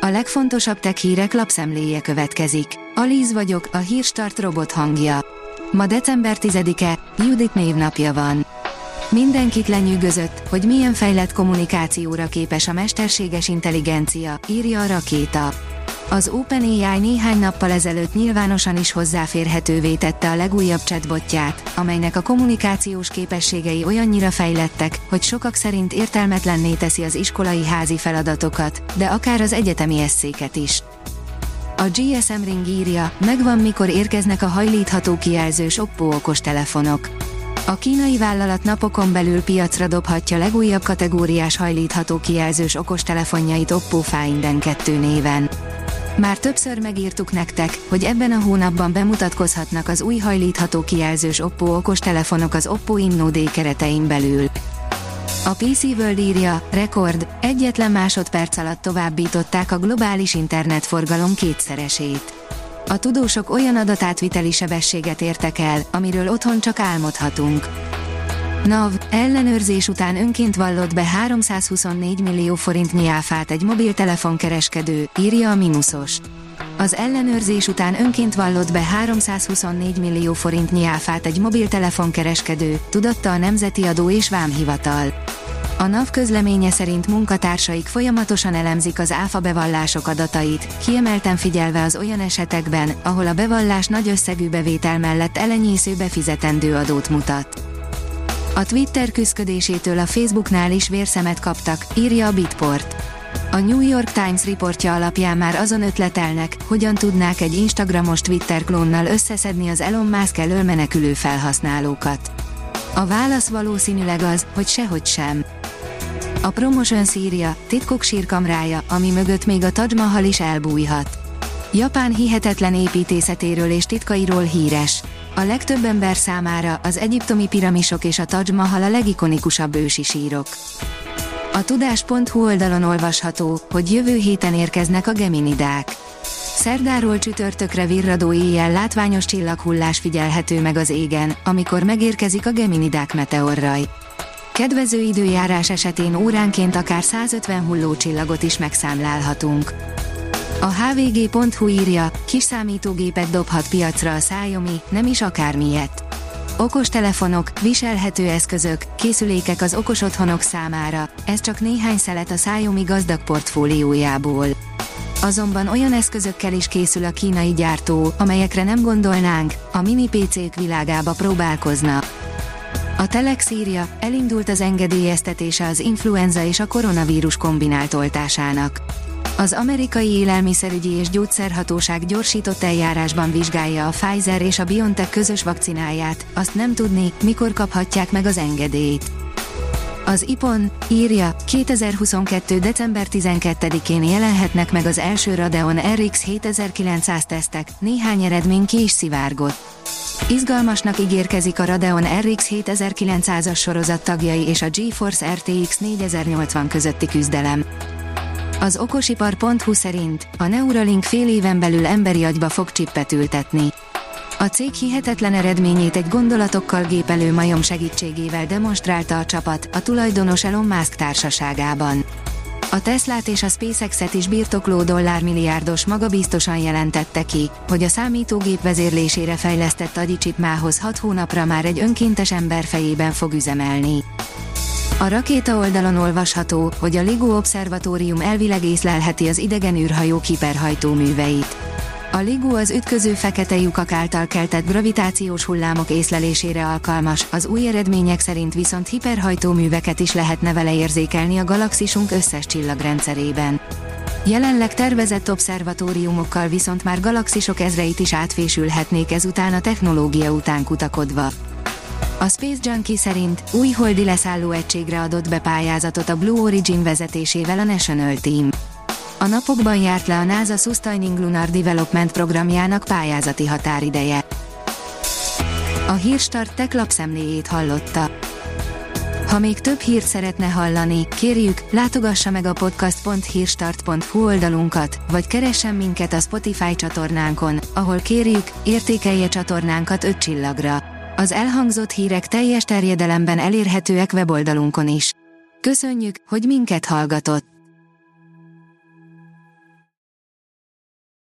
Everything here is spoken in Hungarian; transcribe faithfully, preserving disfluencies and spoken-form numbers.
A legfontosabb tech hírek lapszemléje következik. Alíz vagyok, a Hírstart robot hangja. Ma december tizedike, Judit névnapja van. Mindenkit lenyűgözött, hogy milyen fejlett kommunikációra képes a mesterséges intelligencia, írja a Rakéta. Az OpenAI néhány nappal ezelőtt nyilvánosan is hozzáférhetővé tette a legújabb chatbotját, amelynek a kommunikációs képességei olyannyira fejlettek, hogy sokak szerint értelmetlenné teszi az iskolai házi feladatokat, de akár az egyetemi esszéket is. A gé es em Ring írja, megvan mikor érkeznek a hajlítható kijelzős Oppo okostelefonok. A kínai vállalat napokon belül piacra dobhatja legújabb kategóriás hajlítható kijelzős okostelefonjait Oppo Find kettő néven. Már többször megírtuk nektek, hogy ebben a hónapban bemutatkozhatnak az új hajlítható kijelzős Oppo okostelefonok az Oppo Inno D keretein belül. A pé cé World írja, rekord, egyetlen másodperc alatt továbbították a globális internetforgalom kétszeresét. A tudósok olyan adatátviteli sebességet értek el, amiről otthon csak álmodhatunk. NAV, ellenőrzés után önként vallott be háromszázhuszonnégy millió forintnyi áfát egy mobiltelefonkereskedő, írja a Minusos. Az ellenőrzés után önként vallott be háromszázhuszonnégy millió forintnyi áfát egy mobiltelefonkereskedő, tudatta a Nemzeti Adó és Vámhivatal. A NAV közleménye szerint munkatársaik folyamatosan elemzik az áfa bevallások adatait, kiemelten figyelve az olyan esetekben, ahol a bevallás nagy összegű bevétel mellett elenyésző befizetendő adót mutat. A Twitter küszködésétől a Facebooknál is vérszemet kaptak, írja a Bitport. A New York Times riportja alapján már azon ötletelnek, hogyan tudnák egy Instagramos Twitter klónnal összeszedni az Elon Musk elől menekülő felhasználókat. A válasz valószínűleg az, hogy sehogy sem. A Promotion írja, titkok sírkamrája, ami mögött még a Taj Mahal is elbújhat. Japán hihetetlen építészetéről és titkairól híres. A legtöbb ember számára az egyiptomi piramisok és a Taj Mahal a legikonikusabb ősi sírok. A tudás pont hu oldalon olvasható, hogy jövő héten érkeznek a geminidák. Szerdáról csütörtökre virradó éjjel látványos csillaghullás figyelhető meg az égen, amikor megérkezik a geminidák meteorraj. Kedvező időjárás esetén óránként akár százötven hullócsillagot is megszámlálhatunk. A há vé gé pont hu írja, kis számítógépet dobhat piacra a Xiaomi, nem is akármilyet. Okostelefonok, viselhető eszközök, készülékek az okos otthonok számára, ez csak néhány szelet a Xiaomi gazdag portfóliójából. Azonban olyan eszközökkel is készül a kínai gyártó, amelyekre nem gondolnánk, a mini pé cék világába próbálkozna. A Telex írja, elindult az engedélyeztetése az influenza és a koronavírus kombinált oltásának. Az amerikai élelmiszerügyi és gyógyszerhatóság gyorsított eljárásban vizsgálja a Pfizer és a BioNTech közös vakcináját, azt nem tudni, mikor kaphatják meg az engedélyt. Az i pé o en írja, kétezer-huszonkettő. december tizenkettedikén jelenhetnek meg az első Radeon er iksz hétezer-kilencszáz tesztek, néhány eredmény ki is szivárgott. Izgalmasnak ígérkezik a Radeon er iksz hétezer-kilencszázas sorozat tagjai és a GeForce er té iksz négyezer-nyolcvan közötti küzdelem. Az okosipar pont hu szerint a Neuralink fél éven belül emberi agyba fog csippet ültetni. A cég hihetetlen eredményét egy gondolatokkal gépelő majom segítségével demonstrálta a csapat, a tulajdonos Elon Musk társaságában. A Teslát és a SpaceX-et is birtokló dollármilliárdos magabiztosan jelentette ki, hogy a számítógép vezérlésére fejlesztett agyicsip mához hat hónapra már egy önkéntes ember fejében fog üzemelni. A Rakéta oldalon olvasható, hogy a LIGO Obszervatórium elvileg észlelheti az idegen űrhajók hiperhajtóműveit. A LIGO az ütköző fekete lyukak által keltett gravitációs hullámok észlelésére alkalmas, az új eredmények szerint viszont hiperhajtóműveket is lehetne vele érzékelni a galaxisunk összes csillagrendszerében. Jelenleg tervezett obszervatóriumokkal viszont már galaxisok ezreit is átfésülhetnék ezután a technológia után kutakodva. A Space Junkie szerint új holdi leszálló egységre adott be pályázatot a Blue Origin vezetésével a National Team. A napokban járt le a NASA Sustaining Lunar Development programjának pályázati határideje. A Hírstart Tech lapszemléjét hallotta. Ha még több hírt szeretne hallani, kérjük, látogassa meg a podcast pont hírstart pont hu oldalunkat, vagy keressen minket a Spotify csatornánkon, ahol kérjük, értékelje csatornánkat öt csillagra. Az elhangzott hírek teljes terjedelemben elérhetőek weboldalunkon is. Köszönjük, hogy minket hallgatott!